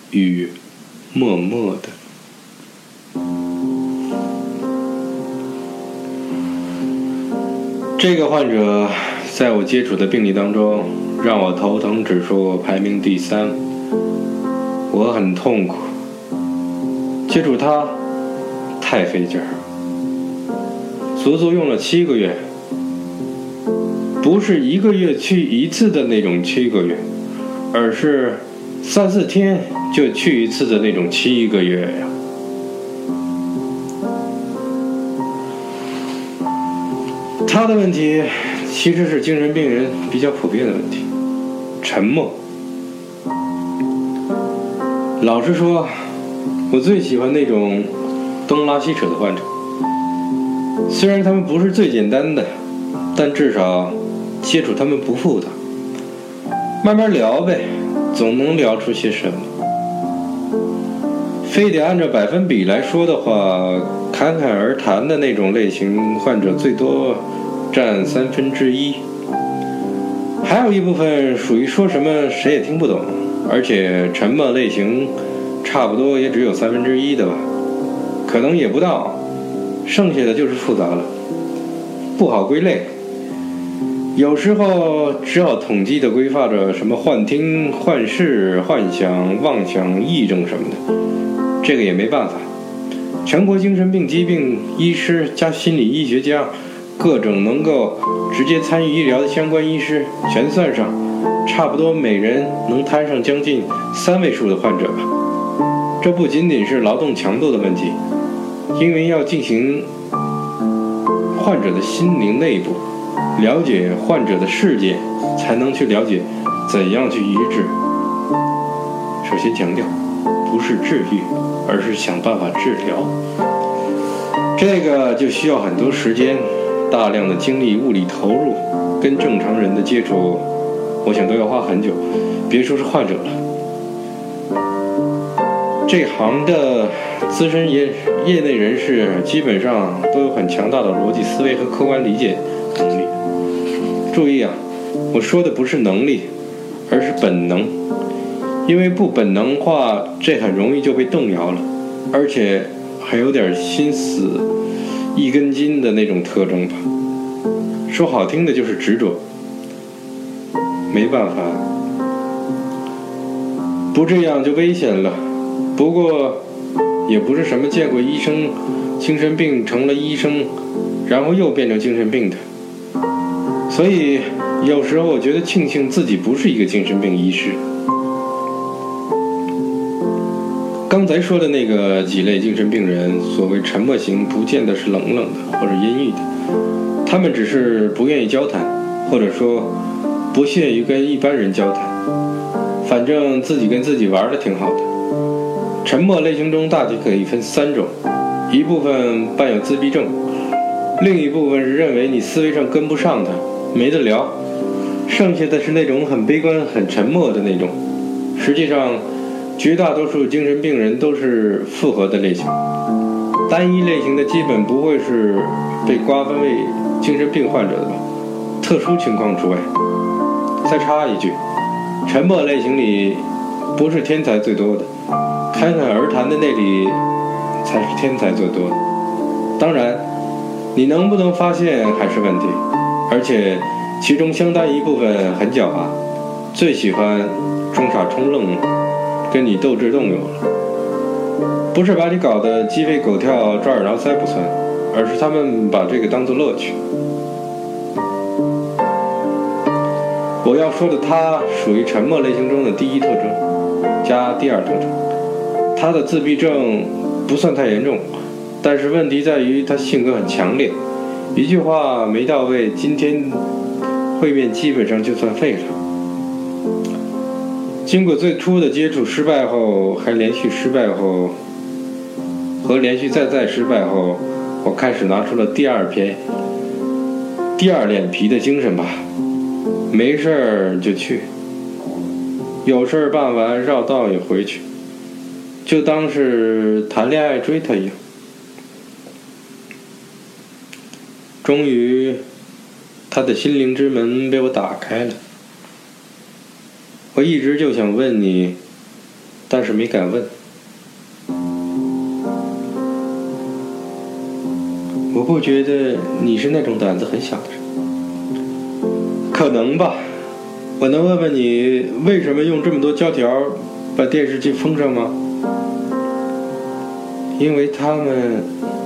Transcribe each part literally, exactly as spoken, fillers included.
与默默的。这个患者在我接触的病例当中，让我头疼指数排名第三，我很痛苦，接触他太费劲儿，足足用了七个月，不是一个月去一次的那种七个月，而是三四天就去一次的那种七个月呀。他的问题其实是精神病人比较普遍的问题，沉默。老实说，我最喜欢那种东拉西扯的患者，虽然他们不是最简单的，但至少接触他们不复杂，慢慢聊呗，总能聊出些什么。非得按照百分比来说的话，侃侃而谈的那种类型患者最多占三分之一，还有一部分属于说什么谁也听不懂，而且沉默类型差不多也只有三分之一的吧，可能也不到，剩下的就是复杂了，不好归类。有时候只好统计的规划着什么幻听、幻视、幻想、妄想、癔症什么的，这个也没办法。全国精神病疾病医师加心理医学家，各种能够直接参与医疗的相关医师全算上，差不多每人能摊上将近三位数的患者吧。这不仅仅是劳动强度的问题，因为要进行患者的心灵内部，了解患者的世界，才能去了解怎样去医治。首先强调，不是治愈，而是想办法治疗。这个就需要很多时间，大量的精力物力投入，跟正常人的接触，我想都要花很久，别说是患者了。这行的资深业业内人士基本上都有很强大的逻辑思维和客观理解能力。注意啊，我说的不是能力，而是本能，因为不本能化，这很容易就被动摇了，而且还有点心死一根筋的那种特征吧。说好听的就是执着，没办法，不这样就危险了。不过也不是什么见过医生精神病成了医生然后又变成精神病的，所以有时候我觉得庆幸自己不是一个精神病医师。刚才说的那个几类精神病人，所谓沉默型不见得是冷冷的或者阴郁的，他们只是不愿意交谈，或者说不屑于跟一般人交谈，反正自己跟自己玩的挺好的。沉默类型中大体可以分三种，一部分伴有自闭症，另一部分是认为你思维上跟不上他，没得聊，剩下的是那种很悲观很沉默的那种。实际上绝大多数精神病人都是复合的类型，单一类型的基本不会是被瓜分为精神病患者的吧，特殊情况除外。再插一句，沉默类型里不是天才最多的，侃侃而谈的那里才是天才最多的。当然你能不能发现还是问题，而且其中相当一部分很狡猾，最喜欢装傻充愣，跟你斗智斗勇了。不是把你搞得鸡飞狗跳抓耳挠腮不算，而是他们把这个当作乐趣。我要说的他属于沉默类型中的第一特征加第二特征。他的自闭症不算太严重，但是问题在于他性格很强烈，一句话没到位，今天会面基本上就算废了。经过最初的接触失败后，还连续失败后和连续再再失败后，我开始拿出了第二篇第二脸皮的精神吧，没事儿就去，有事儿办完绕道也回去，就当是谈恋爱追他一样。终于他的心灵之门被我打开了。我一直就想问你， 但是没敢问。我不觉得你是那种胆子很小的人。可能吧。我能问问你为什么用这么多胶条把电视机封上吗？因为他们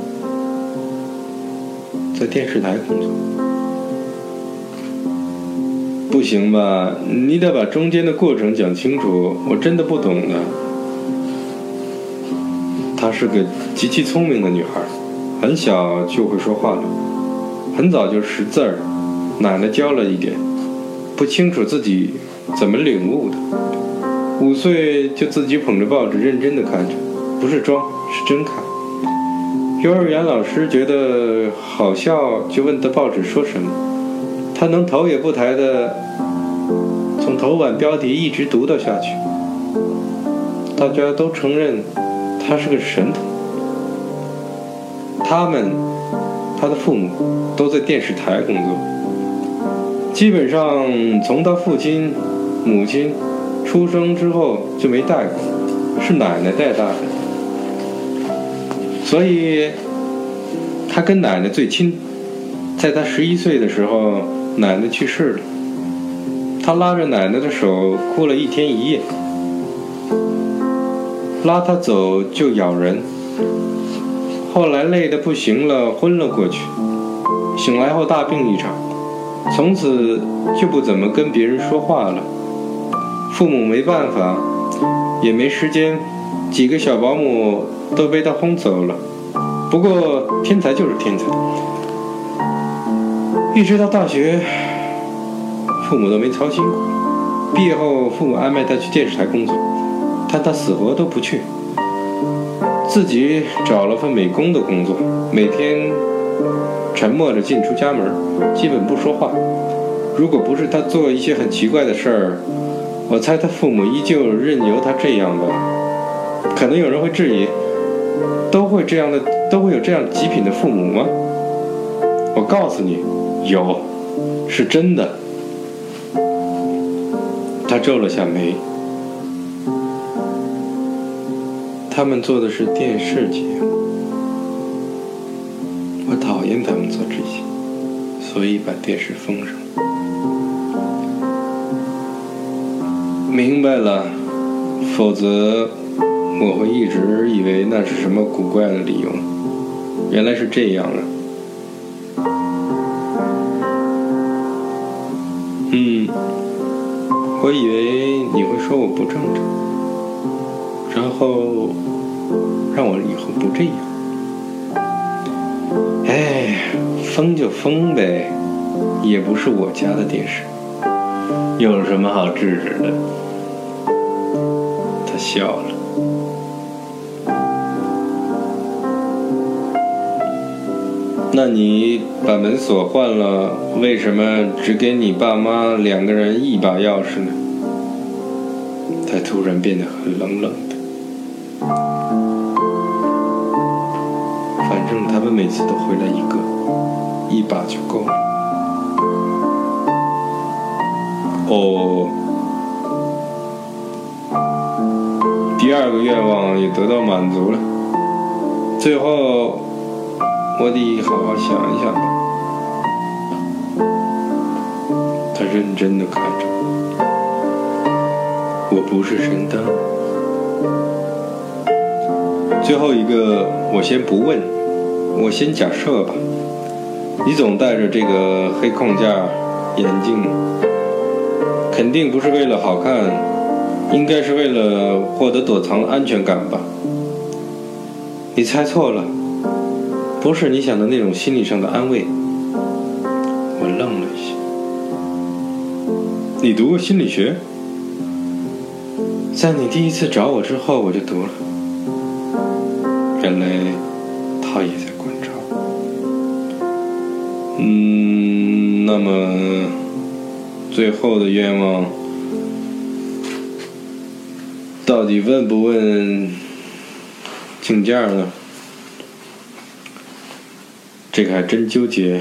在电视台工作。不行吧，你得把中间的过程讲清楚，我真的不懂的。她是个极其聪明的女孩，很小就会说话了，很早就识字儿，奶奶教了一点，不清楚自己怎么领悟的。五岁就自己捧着报纸认真地看着，不是装，是真看。幼儿园老师觉得好笑，就问他报纸说什么，他能头也不抬的从头版标题一直读到下去。大家都承认他是个神童。他们，他的父母都在电视台工作，基本上从他父亲、母亲出生之后就没带过，是奶奶带大的。所以他跟奶奶最亲。在他十一岁的时候，奶奶去世了，他拉着奶奶的手哭了一天一夜，拉他走就咬人，后来累得不行了，昏了过去，醒来后大病一场，从此就不怎么跟别人说话了。父母没办法，也没时间，几个小保姆都被他轰走了。不过天才就是天才，一直到大学，父母都没操心过。毕业后，父母安排他去电视台工作，但他死活都不去，自己找了份美工的工作，每天沉默着进出家门，基本不说话。如果不是他做一些很奇怪的事儿，我猜他父母依旧任由他这样吧。可能有人会质疑，都会这样的，都会有这样极品的父母吗？我告诉你，有，是真的。他皱了下眉。他们做的是电视节目，我讨厌他们做这些，所以把电视封上。明白了，否则我会一直以为那是什么古怪的理由。原来是这样啊。嗯，我以为你会说我不正常，然后让我以后不这样。哎，封就封呗，也不是我家的电视，有什么好制止的？他笑了。那你把门锁换了，为什么只给你爸妈两个人一把钥匙呢？他突然变得很冷冷的。反正他们每次都回来一个，一把就够了。哦，第二个愿望也得到满足了。最后我得好好想一想吧。他认真地看着我，我不是神灯。最后一个我先不问，我先假设吧。你总戴着这个黑框架眼镜，肯定不是为了好看，应该是为了获得躲藏的安全感吧。你猜错了，不是你想的那种心理上的安慰。我愣了一下。你读过心理学？在你第一次找我之后我就读了。原来他也在观察我。嗯，那么最后的愿望到底问不问竞价呢？这个还真纠结。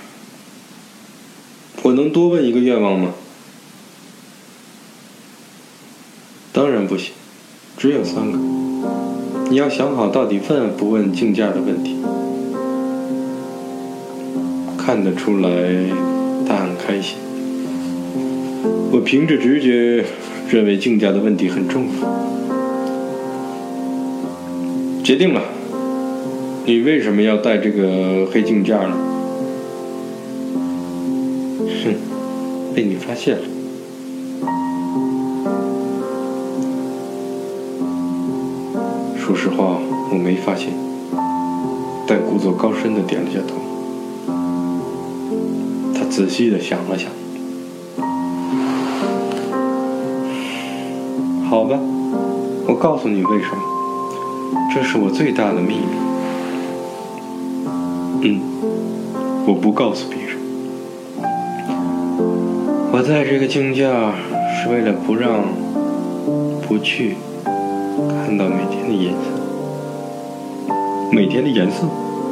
我能多问一个愿望吗？当然不行， 只有三个。你要想好到底问不问竞价的问题。看得出来他很开心。我凭着直觉认为竞价的问题很重要。决定了，你为什么要带这个黑竞价呢？哼，被你发现了。说实话，我没发现，但故作高深的点了下头。他仔细的想了想。好吧，我告诉你为什么，这是我最大的秘密。嗯，我不告诉别人。我在这个竞价是为了不让不去看到每天的颜色。每天的颜色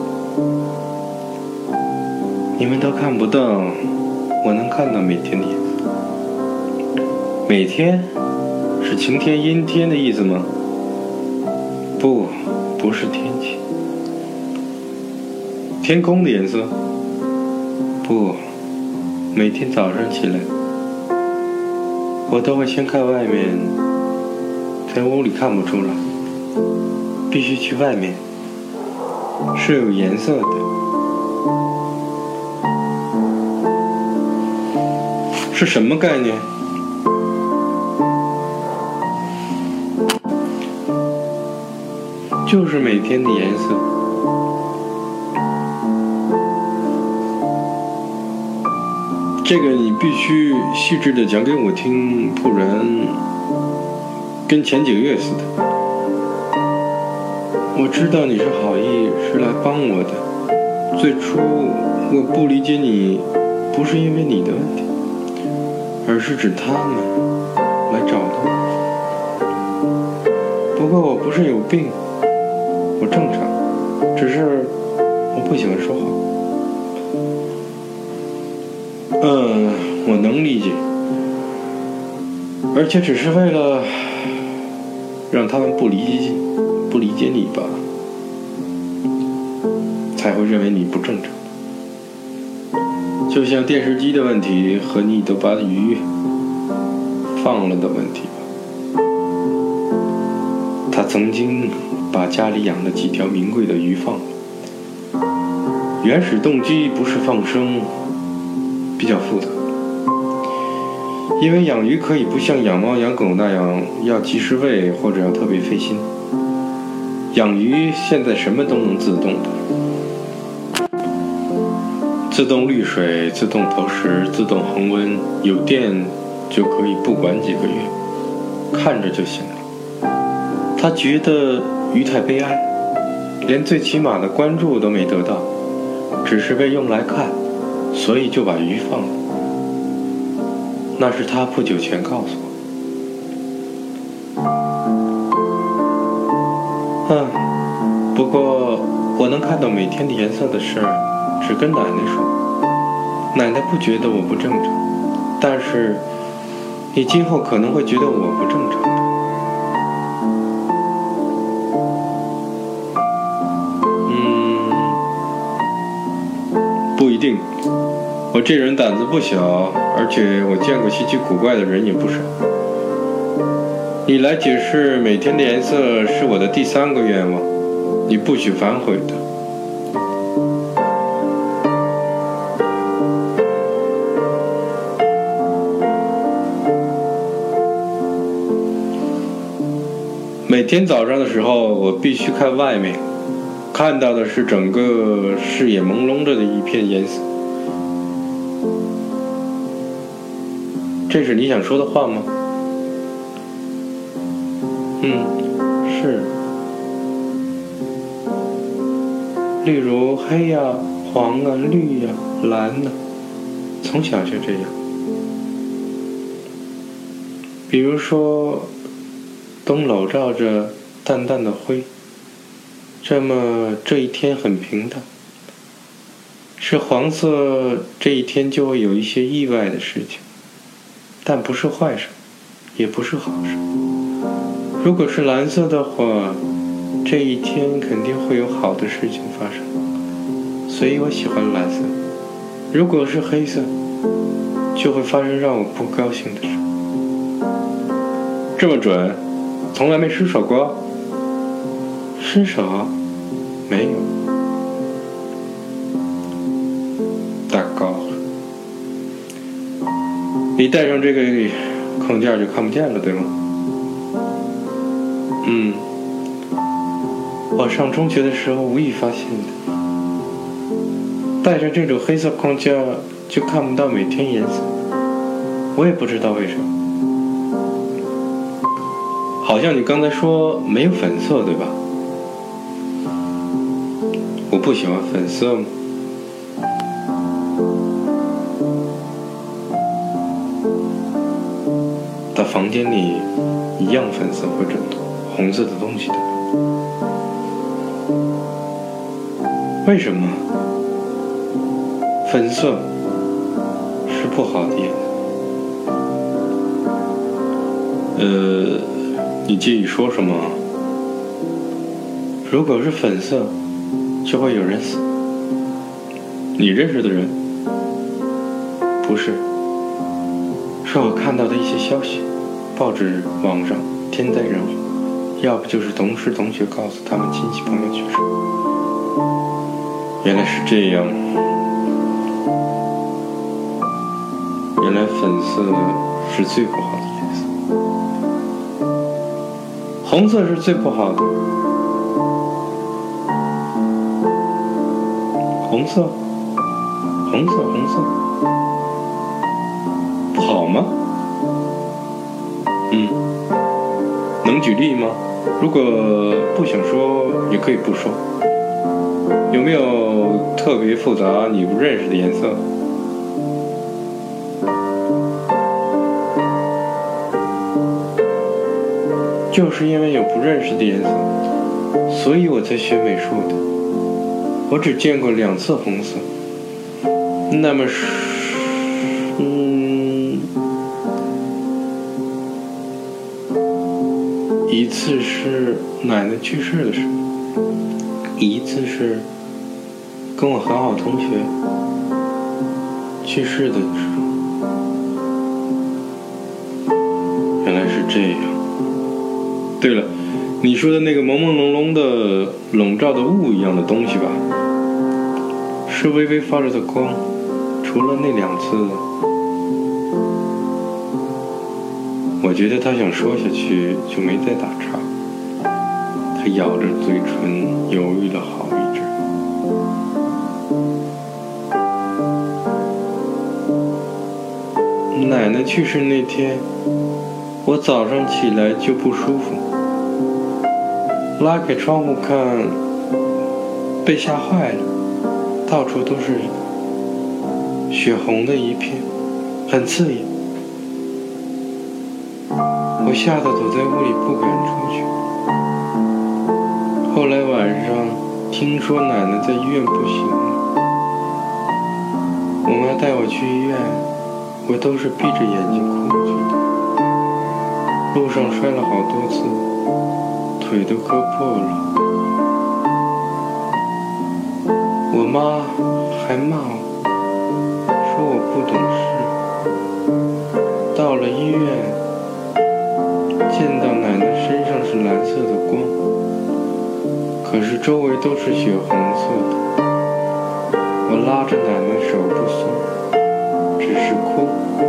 你们都看不到，我能看到每天的颜色。每天是晴天阴天的意思吗？不，不是天气。天空的颜色？不，每天早上起来我都会先看外面，在屋里看不出来，必须去外面，是有颜色的。是什么概念？就是每天的颜色。这个你必须细致的讲给我听，不然跟前几个月似的。我知道你是好意，是来帮我的。最初我不理解你，不是因为你的问题，而是指他们来找的我。不过我不是有病，我正常，只是我不喜欢说话。嗯，我能理解，而且只是为了让他们不理解不理解你吧，才会认为你不正常。就像电视机的问题和你都把鱼放了的问题吧。他曾经把家里养的几条名贵的鱼放了，原始动机不是放生，比较复杂，因为养鱼可以不像养猫养狗那样要及时喂或者要特别费心。养鱼现在什么都能自动的，自动滤水，自动投食，自动恒温，有电就可以不管几个月，看着就行了。他觉得鱼太悲哀，连最起码的关注都没得到，只是被用来看，所以就把鱼放了。那是他不久前告诉我。嗯，不过我能看到每天的颜色的事儿，只跟奶奶说。奶奶不觉得我不正常，但是你今后可能会觉得我不正常的。嗯，不一定。我这人胆子不小，而且我见过稀奇古怪的人也不少。你来解释每天的颜色是我的第三个愿望，你不许反悔的。每天早上的时候，我必须看外面，看到的是整个视野朦胧着的一片颜色。这是你想说的话吗？嗯，是。例如黑呀、黄啊、绿呀、蓝呐，从小就这样。比如说，东笼罩着淡淡的灰，这么这一天很平淡。是黄色，这一天就会有一些意外的事情。但不是坏事，也不是好事， 如果是蓝色的话，这一天肯定会有好的事情发生，所以我喜欢蓝色。如果是黑色，就会发生让我不高兴的事。这么准？从来没失手过？失手？没有。大高，你戴上这个框架就看不见了，对吗？嗯，我上中学的时候无意发现的。戴上这种黑色框架就看不到每天颜色，我也不知道为什么。好像你刚才说没有粉色，对吧？我不喜欢粉色吗？到房间里一样粉色或者红色的东西的，为什么？粉色是不好的颜色。呃，你介意说什么？如果是粉色，就会有人死。你认识的人？不是，是我看到的一些消息，报纸、网上天灾人祸，要不就是同事同学告诉他们亲戚朋友去世。原来是这样。原来粉色是最不好的颜色，红色是最不好的。红色，红色，红色，不好吗？嗯，能举例吗？如果不想说，也可以不说。有没有特别复杂你不认识的颜色？就是因为有不认识的颜色，所以我才学美术的。我只见过两次红色，那么是，嗯，一次是奶奶去世的时候，一次是跟我很好同学去世的时候。原来是这样。对了，你说的那个朦朦胧胧的笼罩的雾一样的东西吧，是微微发着的光。除了那两次，我觉得他想说下去就没再打岔。他咬着嘴唇犹豫了好一阵。奶奶去世那天，我早上起来就不舒服，拉开窗户看，被吓坏了，到处都是血红的一片，很刺眼。我吓得躲在屋里不敢出去。后来晚上听说奶奶在医院不行了，我妈带我去医院，我都是闭着眼睛哭去的。路上摔了好多次，腿都割破了。我妈还骂我，说我不懂事。到了医院，见到奶奶身上是蓝色的光，可是周围都是血红色的。我拉着奶奶手不松，只是哭，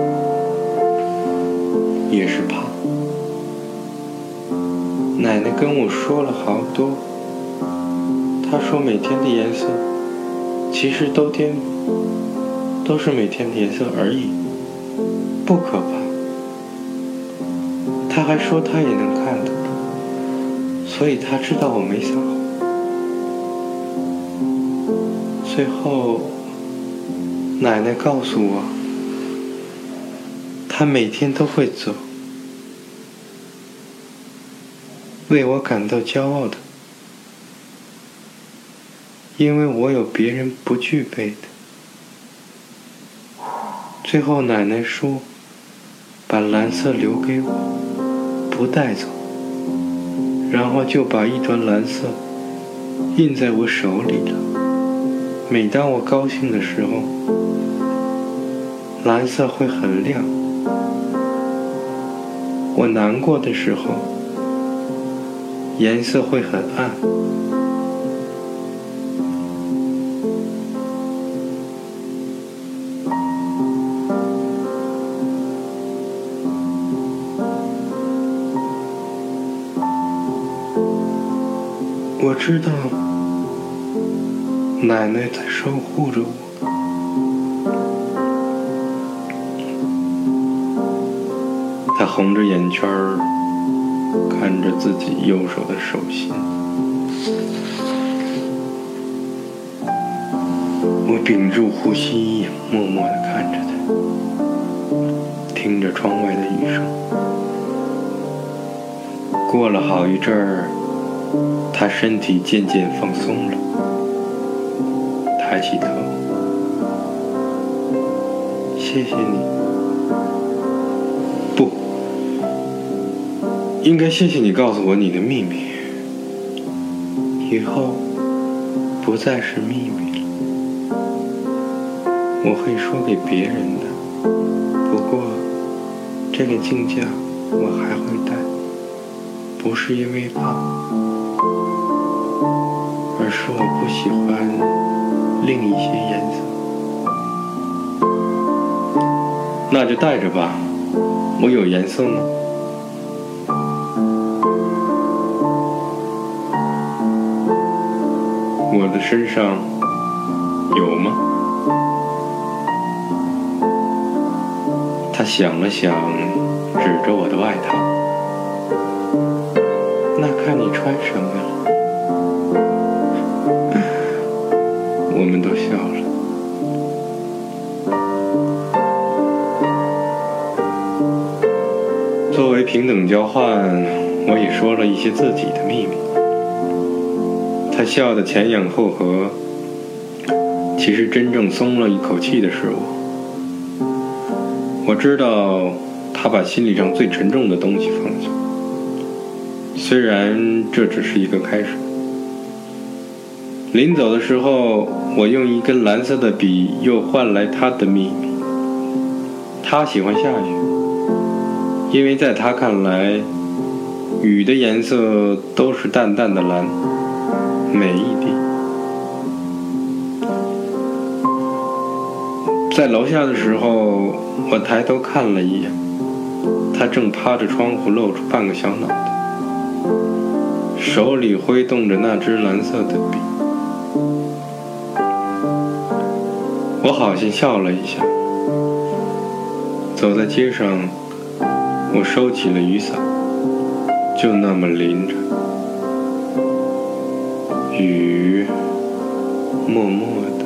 也是怕。奶奶跟我说了好多，她说每天的颜色其实都天都是每天的颜色而已，不可怕。她还说她也能看得到，所以她知道我没撒谎。最后奶奶告诉我，她每天都会走，为我感到骄傲的，因为我有别人不具备的。最后奶奶说，把蓝色留给我，不带走。 然后就把一团蓝色印在我手里了。每当我高兴的时候，蓝色会很亮；我难过的时候，颜色会很暗。我知道奶奶在守护着我，她红着眼圈儿看着自己右手的手心。我屏住呼吸，默默地看着她，听着窗外的雨声。过了好一阵儿，他身体渐渐放松了，抬起头，谢谢你。不，应该谢谢你告诉我你的秘密，以后不再是秘密了，我会说给别人的。不过这个镜架我还会戴，不是因为怕，而是我不喜欢另一些颜色。那就带着吧，我有颜色吗？我的身上有吗？他想了想，指着我的外套，那看你穿什么了。我们都笑了。作为平等交换，我也说了一些自己的秘密。他笑得前仰后合，其实真正松了一口气的是我。我知道他把心理上最沉重的东西放下，虽然这只是一个开始。临走的时候，我用一根蓝色的笔又换来他的秘密。他喜欢下雨，因为在他看来，雨的颜色都是淡淡的蓝，每一滴。在楼下的时候，我抬头看了一眼，他正趴着窗户露出半个小脑袋，手里挥动着那支蓝色的笔。我好像笑了一下，走在街上，我收起了雨伞，就那么淋着，雨默默的